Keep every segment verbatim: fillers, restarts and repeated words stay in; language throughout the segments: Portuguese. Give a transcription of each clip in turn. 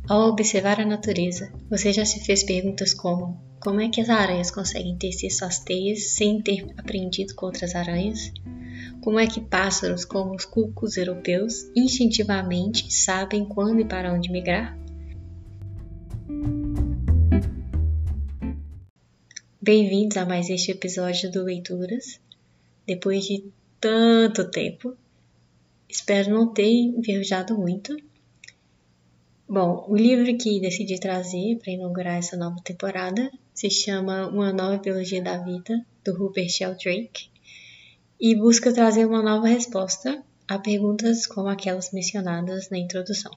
Ao observar a natureza, você já se fez perguntas como: como é que as aranhas conseguem tecer suas teias sem ter aprendido com outras aranhas? Como é que pássaros como os cucos europeus instintivamente sabem quando e para onde migrar? Bem-vindos a mais este episódio do Leituras. Depois de tanto tempo, espero não ter enferrujado muito. Bom, o livro que decidi trazer para inaugurar essa nova temporada se chama Uma Nova Biologia da Vida, do Rupert Sheldrake, e busca trazer uma nova resposta a perguntas como aquelas mencionadas na introdução.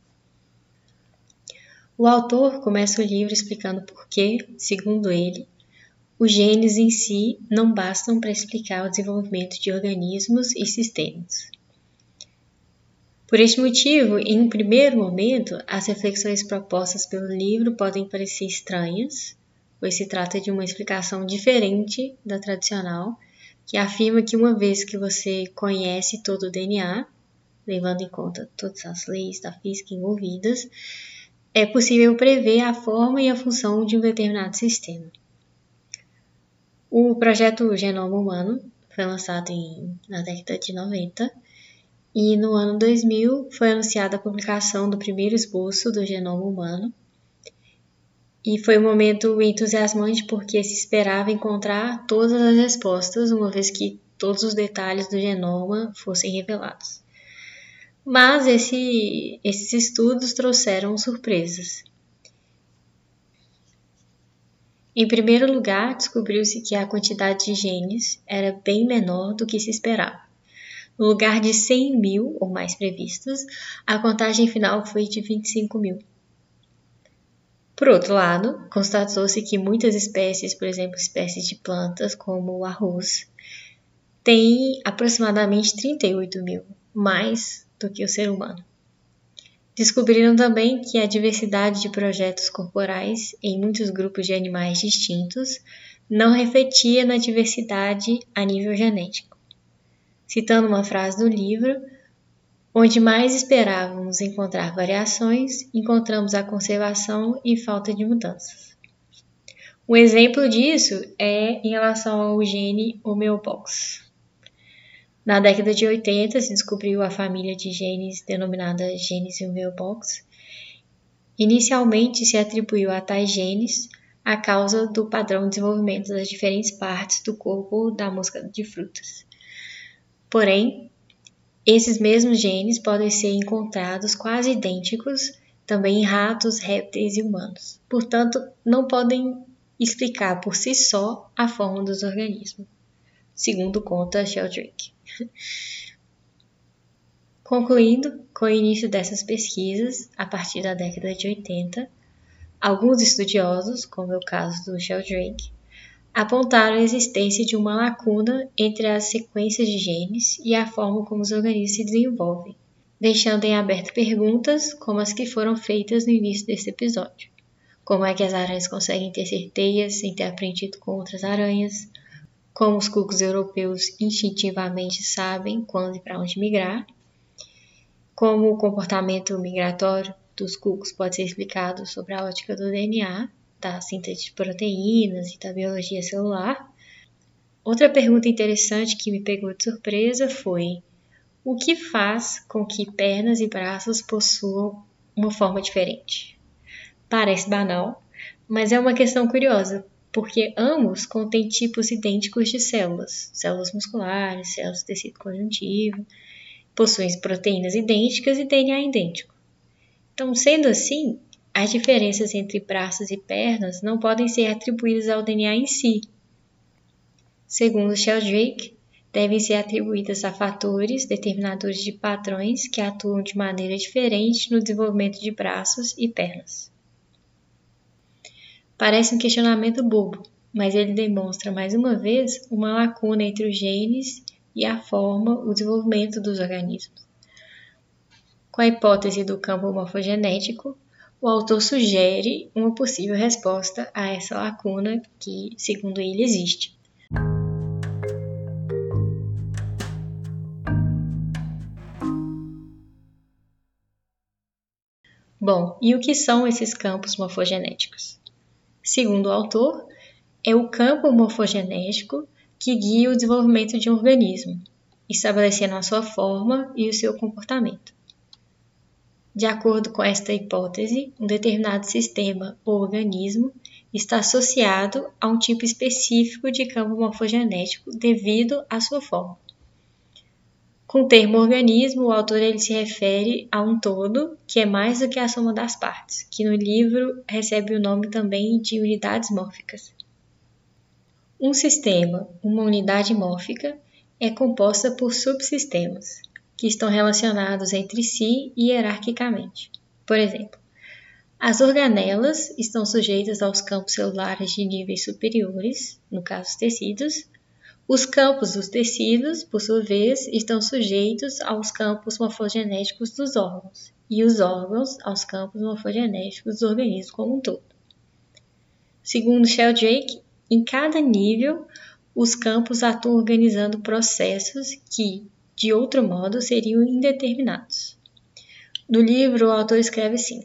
O autor começa o livro explicando por que, segundo ele, os genes em si não bastam para explicar o desenvolvimento de organismos e sistemas. Por este motivo, em um primeiro momento, as reflexões propostas pelo livro podem parecer estranhas, pois se trata de uma explicação diferente da tradicional, que afirma que uma vez que você conhece todo o D N A, levando em conta todas as leis da física envolvidas, é possível prever a forma e a função de um determinado sistema. O projeto Genoma Humano foi lançado em, na década de noventa, e no ano dois mil foi anunciada a publicação do primeiro esboço do genoma humano. E foi um momento entusiasmante porque se esperava encontrar todas as respostas, uma vez que todos os detalhes do genoma fossem revelados. Mas esse, esses estudos trouxeram surpresas. Em primeiro lugar, descobriu-se que a quantidade de genes era bem menor do que se esperava. No lugar de cem mil ou mais previstos, a contagem final foi de vinte e cinco mil. Por outro lado, constatou-se que muitas espécies, por exemplo, espécies de plantas como o arroz, têm aproximadamente trinta e oito mil, mais do que o ser humano. Descobriram também que a diversidade de projetos corporais em muitos grupos de animais distintos não refletia na diversidade a nível genético. Citando uma frase do livro, onde mais esperávamos encontrar variações, encontramos a conservação e falta de mudanças. Um exemplo disso é em relação ao gene homeobox. Na década de oitenta se descobriu a família de genes denominada genes homeobox. Inicialmente se atribuiu a tais genes a causa do padrão de desenvolvimento das diferentes partes do corpo da mosca de frutas. Porém, esses mesmos genes podem ser encontrados quase idênticos também em ratos, répteis e humanos. Portanto, não podem explicar por si só a forma dos organismos, segundo conta Sheldrake. Concluindo, com o início dessas pesquisas, a partir da década de oitenta, alguns estudiosos, como é o caso do Sheldrake, apontaram a existência de uma lacuna entre as sequências de genes e a forma como os organismos se desenvolvem, deixando em aberto perguntas como as que foram feitas no início deste episódio. Como é que as aranhas conseguem tecer teias sem ter aprendido com outras aranhas? Como os cucos europeus instintivamente sabem quando e para onde migrar? Como o comportamento migratório dos cucos pode ser explicado sobre a ótica do D N A, da síntese de proteínas e da biologia celular. Outra pergunta interessante que me pegou de surpresa foi: o que faz com que pernas e braços possuam uma forma diferente? Parece banal, mas é uma questão curiosa, porque ambos contêm tipos idênticos de células, células musculares, células do tecido conjuntivo, possuem proteínas idênticas e D N A idêntico. Então, sendo assim, as diferenças entre braços e pernas não podem ser atribuídas ao D N A em si. Segundo Sheldrake, devem ser atribuídas a fatores determinadores de padrões que atuam de maneira diferente no desenvolvimento de braços e pernas. Parece um questionamento bobo, mas ele demonstra mais uma vez uma lacuna entre os genes e a forma, o desenvolvimento dos organismos. Com a hipótese do campo morfogenético, o autor sugere uma possível resposta a essa lacuna que, segundo ele, existe. Bom, e o que são esses campos morfogenéticos? Segundo o autor, é o campo morfogenético que guia o desenvolvimento de um organismo, estabelecendo a sua forma e o seu comportamento. De acordo com esta hipótese, um determinado sistema ou organismo está associado a um tipo específico de campo morfogenético devido à sua forma. Com o termo organismo, o autor ele se refere a um todo que é mais do que a soma das partes, que no livro recebe o nome também de unidades mórficas. Um sistema, uma unidade mórfica, é composta por subsistemas, que estão relacionados entre si hierarquicamente. Por exemplo, as organelas estão sujeitas aos campos celulares de níveis superiores, no caso os tecidos. Os campos dos tecidos, por sua vez, estão sujeitos aos campos morfogenéticos dos órgãos, e os órgãos aos campos morfogenéticos dos organismos como um todo. Segundo Sheldrake, em cada nível, os campos atuam organizando processos que, de outro modo, seriam indeterminados. No livro, o autor escreve assim: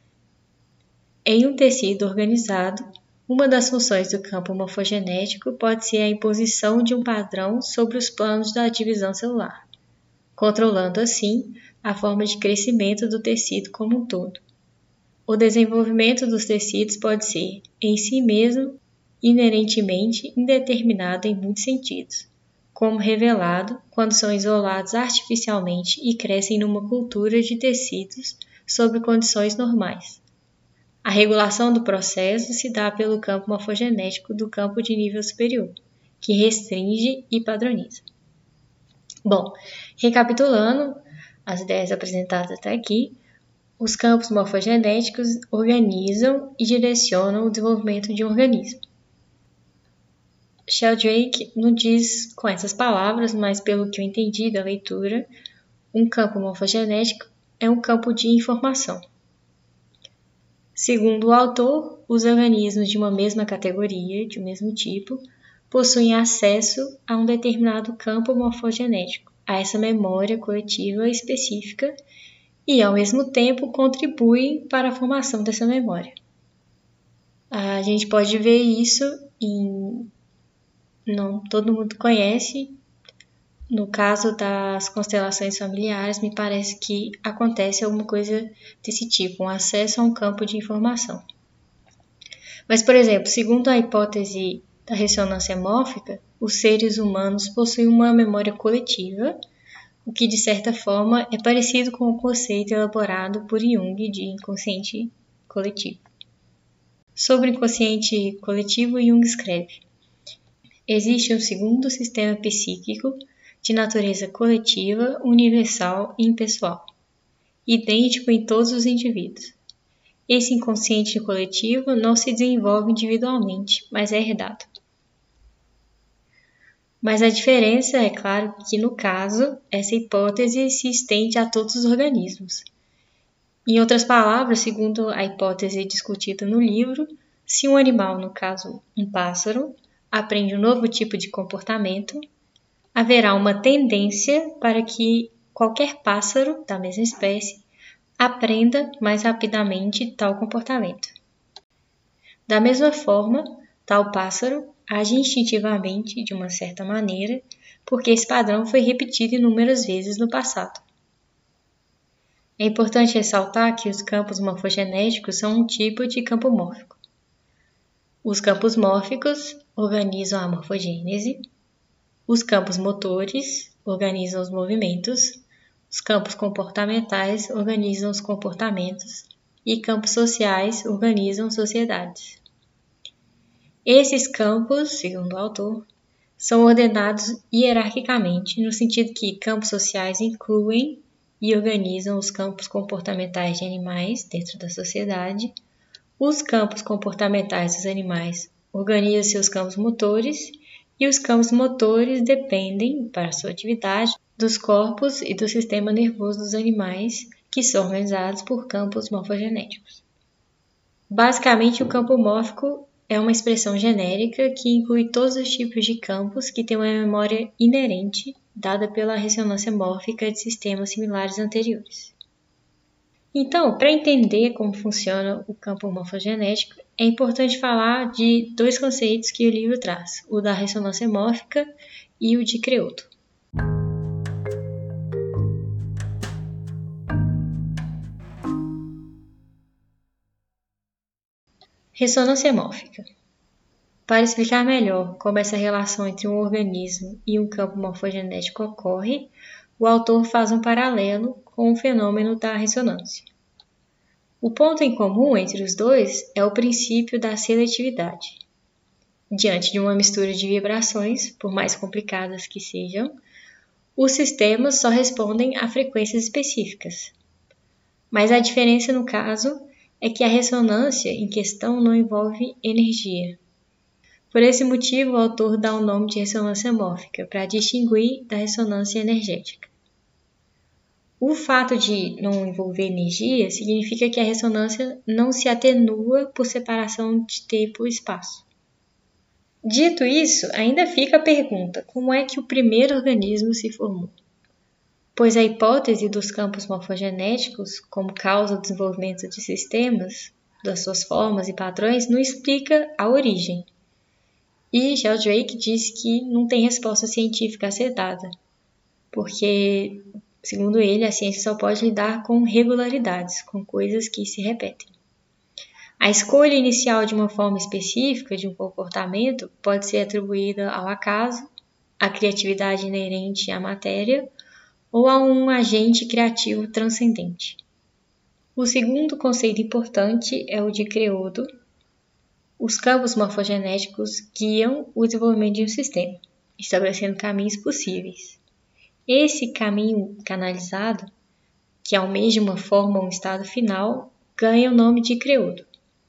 em um tecido organizado, uma das funções do campo morfogenético pode ser a imposição de um padrão sobre os planos da divisão celular, controlando assim a forma de crescimento do tecido como um todo. O desenvolvimento dos tecidos pode ser, em si mesmo, inerentemente indeterminado em muitos sentidos, como revelado quando são isolados artificialmente e crescem numa cultura de tecidos sob condições normais. A regulação do processo se dá pelo campo morfogenético do campo de nível superior, que restringe e padroniza. Bom, recapitulando as ideias apresentadas até aqui, os campos morfogenéticos organizam e direcionam o desenvolvimento de um organismo. Sheldrake não diz com essas palavras, mas pelo que eu entendi da leitura, um campo morfogenético é um campo de informação. Segundo o autor, os organismos de uma mesma categoria, de um mesmo tipo, possuem acesso a um determinado campo morfogenético, a essa memória coletiva específica, e, ao mesmo tempo, contribuem para a formação dessa memória. A gente pode ver isso em... Não todo mundo conhece. No caso das constelações familiares, me parece que acontece alguma coisa desse tipo, um acesso a um campo de informação. Mas, por exemplo, segundo a hipótese da ressonância mórfica, os seres humanos possuem uma memória coletiva, o que, de certa forma, é parecido com o conceito elaborado por Jung de inconsciente coletivo. Sobre o inconsciente coletivo, Jung escreve: existe um segundo sistema psíquico de natureza coletiva, universal e impessoal, idêntico em todos os indivíduos. Esse inconsciente coletivo não se desenvolve individualmente, mas é herdado. Mas a diferença é claro que, no caso, essa hipótese se estende a todos os organismos. Em outras palavras, segundo a hipótese discutida no livro, se um animal, no caso um pássaro, aprende um novo tipo de comportamento, haverá uma tendência para que qualquer pássaro da mesma espécie aprenda mais rapidamente tal comportamento. Da mesma forma, tal pássaro age instintivamente de uma certa maneira, porque esse padrão foi repetido inúmeras vezes no passado. É importante ressaltar que os campos morfogenéticos são um tipo de campo mórfico. Os campos mórficos organizam a morfogênese, os campos motores organizam os movimentos, os campos comportamentais organizam os comportamentos e campos sociais organizam sociedades. Esses campos, segundo o autor, são ordenados hierarquicamente, no sentido que campos sociais incluem e organizam os campos comportamentais de animais dentro da sociedade, os campos comportamentais dos animais organizam seus campos motores, e os campos motores dependem, para sua atividade, dos corpos e do sistema nervoso dos animais, que são organizados por campos morfogenéticos. Basicamente, o campo mórfico é uma expressão genérica que inclui todos os tipos de campos que têm uma memória inerente, dada pela ressonância mórfica de sistemas similares anteriores. Então, para entender como funciona o campo morfogenético, é importante falar de dois conceitos que o livro traz, o da ressonância mórfica e o de Creodo. Ressonância mórfica. Para explicar melhor como essa relação entre um organismo e um campo morfogenético ocorre, o autor faz um paralelo com o fenômeno da ressonância. O ponto em comum entre os dois é o princípio da seletividade. Diante de uma mistura de vibrações, por mais complicadas que sejam, os sistemas só respondem a frequências específicas. Mas a diferença no caso é que a ressonância em questão não envolve energia. Por esse motivo, o autor dá o nome de ressonância mórfica, para distinguir da ressonância energética. O fato de não envolver energia significa que a ressonância não se atenua por separação de tempo e espaço. Dito isso, ainda fica a pergunta: como é que o primeiro organismo se formou? Pois a hipótese dos campos morfogenéticos como causa do desenvolvimento de sistemas, das suas formas e padrões, não explica a origem. E Sheldrake diz que não tem resposta científica a ser dada, porque, segundo ele, a ciência só pode lidar com regularidades, com coisas que se repetem. A escolha inicial de uma forma específica de um comportamento pode ser atribuída ao acaso, à criatividade inerente à matéria ou a um agente criativo transcendente. O segundo conceito importante é o de Creodo. Os campos morfogenéticos guiam o desenvolvimento de um sistema, estabelecendo caminhos possíveis. Esse caminho canalizado, que almeja uma forma ou um estado final, ganha o nome de Creodo.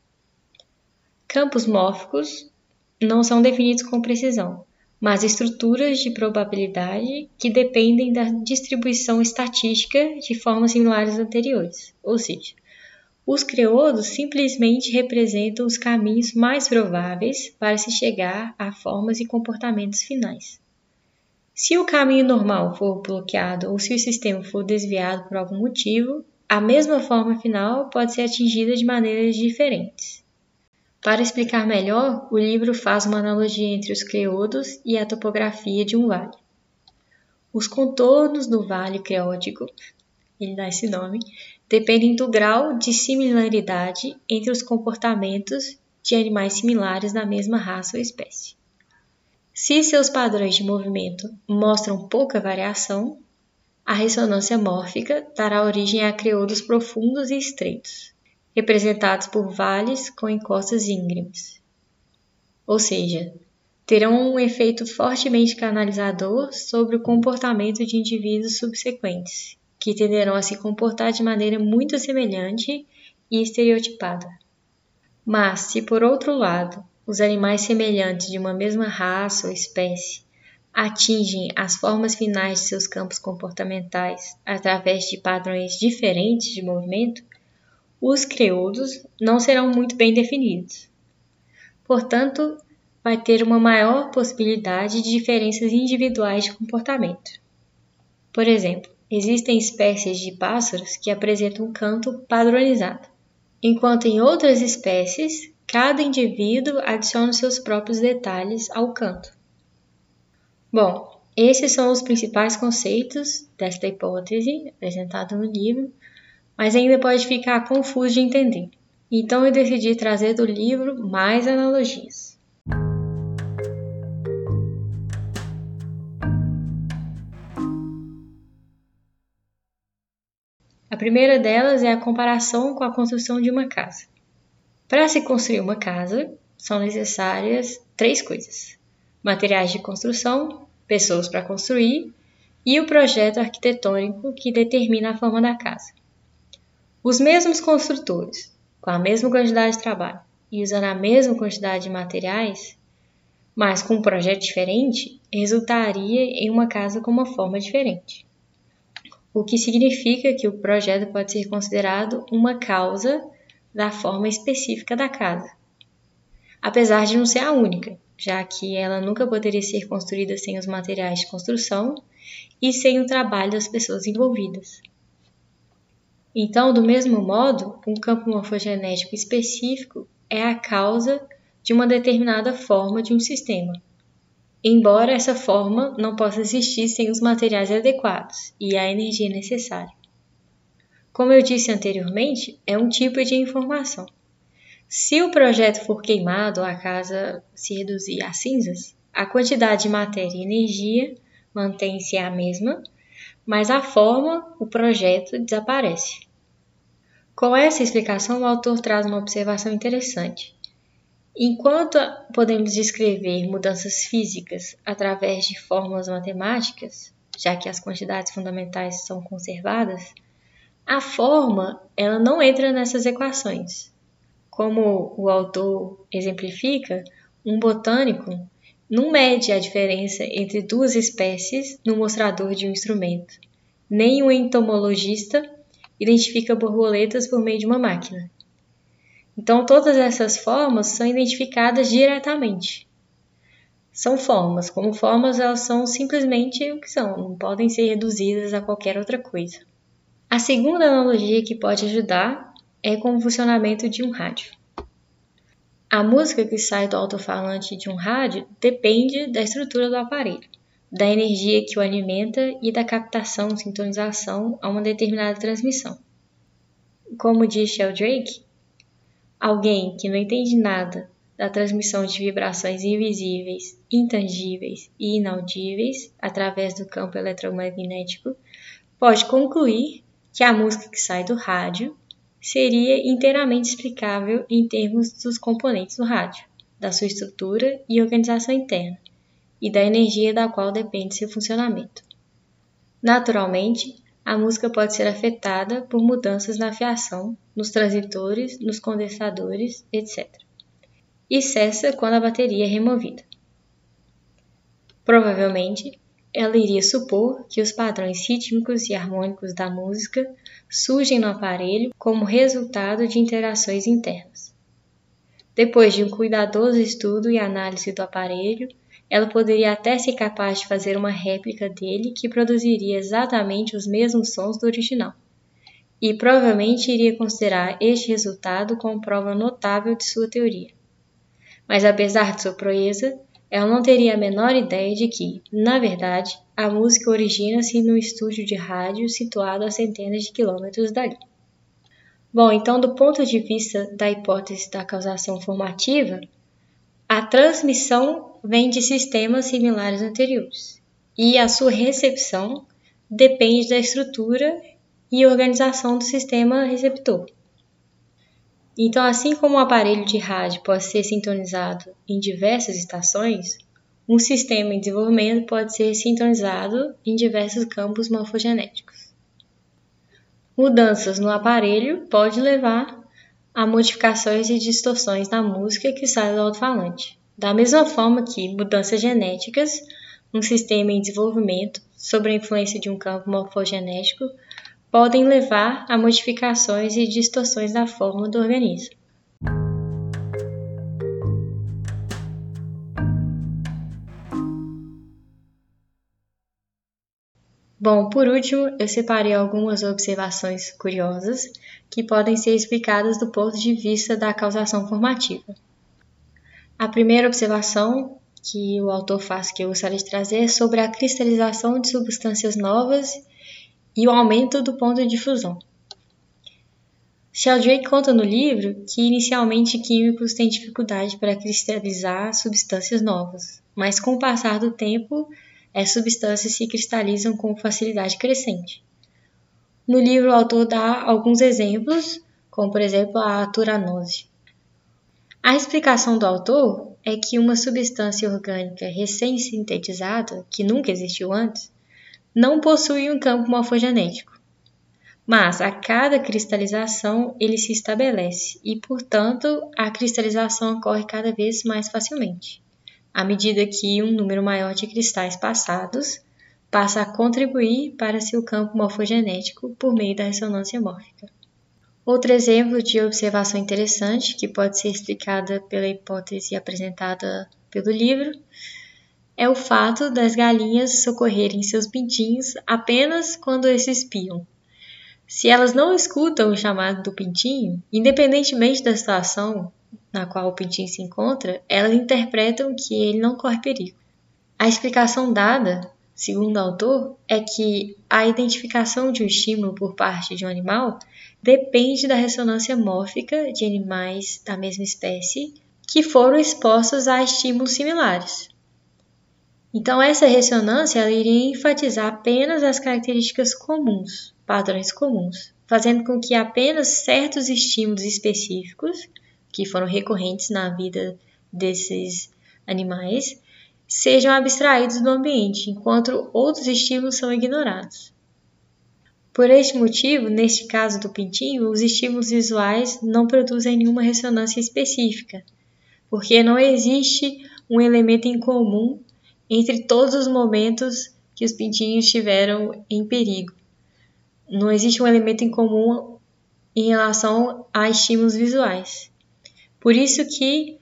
Campos mórficos não são definidos com precisão, mas estruturas de probabilidade que dependem da distribuição estatística de formas similares anteriores, ou seja, os creodos simplesmente representam os caminhos mais prováveis para se chegar a formas e comportamentos finais. Se o caminho normal for bloqueado ou se o sistema for desviado por algum motivo, a mesma forma final pode ser atingida de maneiras diferentes. Para explicar melhor, o livro faz uma analogia entre os creodos e a topografia de um vale. Os contornos do vale creótico, ele dá esse nome, dependem do grau de similaridade entre os comportamentos de animais similares da mesma raça ou espécie. Se seus padrões de movimento mostram pouca variação, a ressonância mórfica dará origem a creodos profundos e estreitos, representados por vales com encostas íngremes. Ou seja, terão um efeito fortemente canalizador sobre o comportamento de indivíduos subsequentes, que tenderão a se comportar de maneira muito semelhante e estereotipada. Mas, se por outro lado, os animais semelhantes de uma mesma raça ou espécie atingem as formas finais de seus campos comportamentais através de padrões diferentes de movimento, os creodos não serão muito bem definidos. Portanto, vai ter uma maior possibilidade de diferenças individuais de comportamento. Por exemplo, existem espécies de pássaros que apresentam um canto padronizado, enquanto em outras espécies, cada indivíduo adiciona seus próprios detalhes ao canto. Bom, esses são os principais conceitos desta hipótese apresentada no livro, mas ainda pode ficar confuso de entender. Então eu decidi trazer do livro mais analogias. A primeira delas é a comparação com a construção de uma casa. Para se construir uma casa, são necessárias três coisas: materiais de construção, pessoas para construir e o projeto arquitetônico que determina a forma da casa. Os mesmos construtores, com a mesma quantidade de trabalho e usando a mesma quantidade de materiais, mas com um projeto diferente, resultaria em uma casa com uma forma diferente. O que significa que o projeto pode ser considerado uma causa da forma específica da casa, apesar de não ser a única, já que ela nunca poderia ser construída sem os materiais de construção e sem o trabalho das pessoas envolvidas. Então, do mesmo modo, um campo morfogenético específico é a causa de uma determinada forma de um sistema, embora essa forma não possa existir sem os materiais adequados e a energia necessária. Como eu disse anteriormente, é um tipo de informação. Se o projeto for queimado ou a casa se reduzir a cinzas, a quantidade de matéria e energia mantém-se a mesma, mas a forma, o projeto, desaparece. Com essa explicação, o autor traz uma observação interessante. Enquanto podemos descrever mudanças físicas através de fórmulas matemáticas, já que as quantidades fundamentais são conservadas, a forma ela não entra nessas equações. Como o autor exemplifica, um botânico não mede a diferença entre duas espécies no mostrador de um instrumento. Nem um entomologista identifica borboletas por meio de uma máquina. Então, todas essas formas são identificadas diretamente. São formas. Como formas, elas são simplesmente o que são, não podem ser reduzidas a qualquer outra coisa. A segunda analogia que pode ajudar é com o funcionamento de um rádio. A música que sai do alto-falante de um rádio depende da estrutura do aparelho, da energia que o alimenta e da captação, sintonização a uma determinada transmissão. Como diz Sheldrake, alguém que não entende nada da transmissão de vibrações invisíveis, intangíveis e inaudíveis através do campo eletromagnético pode concluir que a música que sai do rádio seria inteiramente explicável em termos dos componentes do rádio, da sua estrutura e organização interna, e da energia da qual depende seu funcionamento. Naturalmente, a música pode ser afetada por mudanças na fiação, nos transitores, nos condensadores, etcétera, e cessa quando a bateria é removida. Provavelmente, ela iria supor que os padrões rítmicos e harmônicos da música surgem no aparelho como resultado de interações internas. Depois de um cuidadoso estudo e análise do aparelho, ela poderia até ser capaz de fazer uma réplica dele que produziria exatamente os mesmos sons do original, e provavelmente iria considerar este resultado como prova notável de sua teoria. Mas apesar de sua proeza, ela não teria a menor ideia de que, na verdade, a música origina-se num estúdio de rádio situado a centenas de quilômetros dali. Bom, então, do ponto de vista da hipótese da causação formativa, a transmissão vem de sistemas similares anteriores, e a sua recepção depende da estrutura e organização do sistema receptor. Então, assim como um aparelho de rádio pode ser sintonizado em diversas estações, um sistema em desenvolvimento pode ser sintonizado em diversos campos morfogenéticos. Mudanças no aparelho podem levar a modificações e distorções na música que sai do alto-falante, da mesma forma que mudanças genéticas num sistema em desenvolvimento sob a influência de um campo morfogenético podem levar a modificações e distorções da forma do organismo. Bom, por último, eu separei algumas observações curiosas que podem ser explicadas do ponto de vista da causação formativa. A primeira observação que o autor faz, que eu gostaria de trazer, é sobre a cristalização de substâncias novas e o aumento do ponto de fusão. Sheldrake conta no livro que inicialmente químicos têm dificuldade para cristalizar substâncias novas, mas com o passar do tempo, as substâncias se cristalizam com facilidade crescente. No livro, o autor dá alguns exemplos, como por exemplo a turanose. A explicação do autor é que uma substância orgânica recém-sintetizada, que nunca existiu antes, não possui um campo morfogenético, mas a cada cristalização ele se estabelece e, portanto, a cristalização ocorre cada vez mais facilmente, à medida que um número maior de cristais passados passa a contribuir para seu campo morfogenético por meio da ressonância mórfica. Outro exemplo de observação interessante, que pode ser explicada pela hipótese apresentada pelo livro, é o fato das galinhas socorrerem seus pintinhos apenas quando esses piam. Se elas não escutam o chamado do pintinho, independentemente da situação na qual o pintinho se encontra, elas interpretam que ele não corre perigo. A explicação dada, segundo o autor, é que a identificação de um estímulo por parte de um animal depende da ressonância mórfica de animais da mesma espécie que foram expostos a estímulos similares. Então, essa ressonância ela iria enfatizar apenas as características comuns, padrões comuns, fazendo com que apenas certos estímulos específicos, que foram recorrentes na vida desses animais, sejam abstraídos do ambiente, enquanto outros estímulos são ignorados. Por este motivo, neste caso do pintinho, os estímulos visuais não produzem nenhuma ressonância específica, porque não existe um elemento em comum entre todos os momentos que os pintinhos estiveram em perigo. Não existe um elemento em comum em relação a estímulos visuais. Por isso que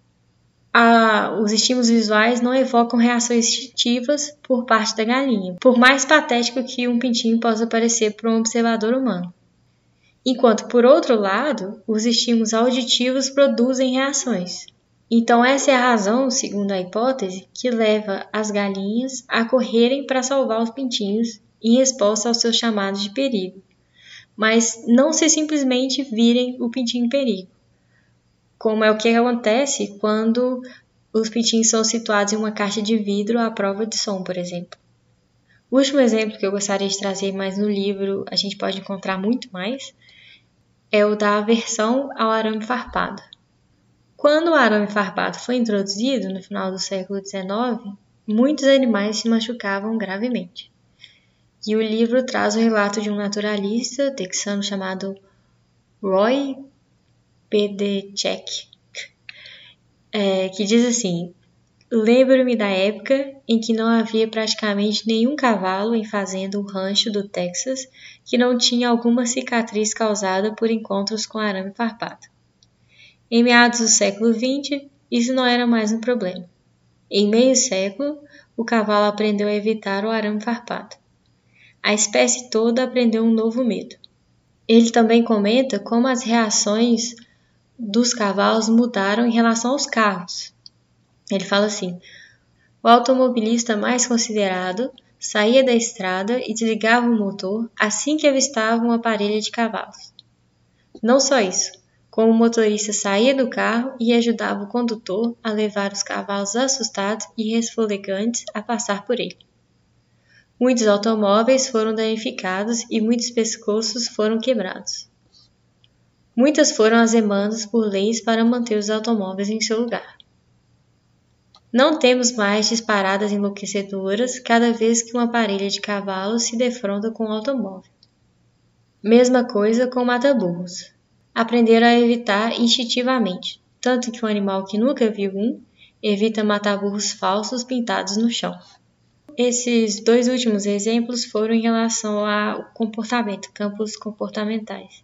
a, os estímulos visuais não evocam reações instintivas por parte da galinha, por mais patético que um pintinho possa parecer para um observador humano. Enquanto, por outro lado, os estímulos auditivos produzem reações. Então, essa é a razão, segundo a hipótese, que leva as galinhas a correrem para salvar os pintinhos em resposta aos seus chamados de perigo, mas não se simplesmente virem o pintinho em perigo, como é o que acontece quando os pintinhos são situados em uma caixa de vidro à prova de som, por exemplo. O último exemplo que eu gostaria de trazer, mas no livro a gente pode encontrar muito mais, é o da aversão ao arame farpado. Quando o arame farpado foi introduzido no final do século dezenove, muitos animais se machucavam gravemente. E o livro traz o relato de um naturalista texano chamado Roy Pedechek, é, que diz assim: lembro-me da época em que não havia praticamente nenhum cavalo em fazenda ou rancho do Texas que não tinha alguma cicatriz causada por encontros com arame farpado. Em meados do século vinte, isso não era mais um problema. Em meio século, o cavalo aprendeu a evitar o arame farpado. A espécie toda aprendeu um novo medo. Ele também comenta como as reações dos cavalos mudaram em relação aos carros. Ele fala assim: o automobilista mais considerado saía da estrada e desligava o motor assim que avistava uma parelha de cavalos. Não só isso, como o motorista saía do carro e ajudava o condutor a levar os cavalos assustados e resfolegantes a passar por ele. Muitos automóveis foram danificados e muitos pescoços foram quebrados. Muitas foram as demandas por leis para manter os automóveis em seu lugar. Não temos mais disparadas enlouquecedoras cada vez que uma parelha de cavalos se defronta com um automóvel. Mesma coisa com mata-burros. Aprenderam a evitar instintivamente, tanto que um animal que nunca viu um evita matar burros falsos pintados no chão. Esses dois últimos exemplos foram em relação ao comportamento, campos comportamentais.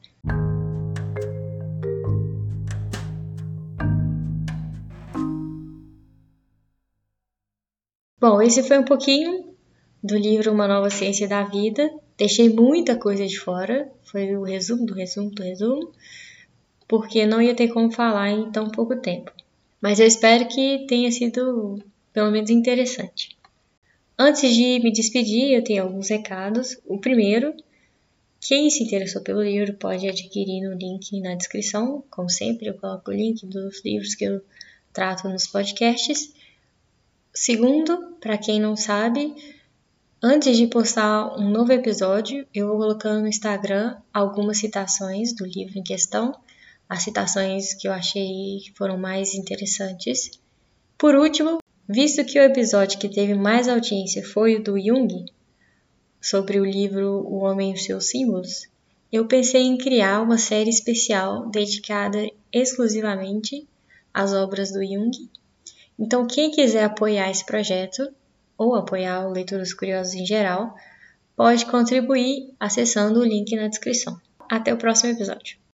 Bom, esse foi um pouquinho do livro Uma Nova Ciência da Vida. Deixei muita coisa de fora, foi o resumo do resumo do resumo, porque não ia ter como falar em tão pouco tempo. Mas eu espero que tenha sido, pelo menos, interessante. Antes de me despedir, eu tenho alguns recados. O primeiro, quem se interessou pelo livro pode adquirir no link na descrição. Como sempre, eu coloco o link dos livros que eu trato nos podcasts. Segundo, para quem não sabe, antes de postar um novo episódio, eu vou colocando no Instagram algumas citações do livro em questão, as citações que eu achei que foram mais interessantes. Por último, visto que o episódio que teve mais audiência foi o do Jung, sobre o livro O Homem e os Seus Símbolos, eu pensei em criar uma série especial dedicada exclusivamente às obras do Jung. Então, quem quiser apoiar esse projeto, ou apoiar o Leituras Curiosas em geral, pode contribuir acessando o link na descrição. Até o próximo episódio.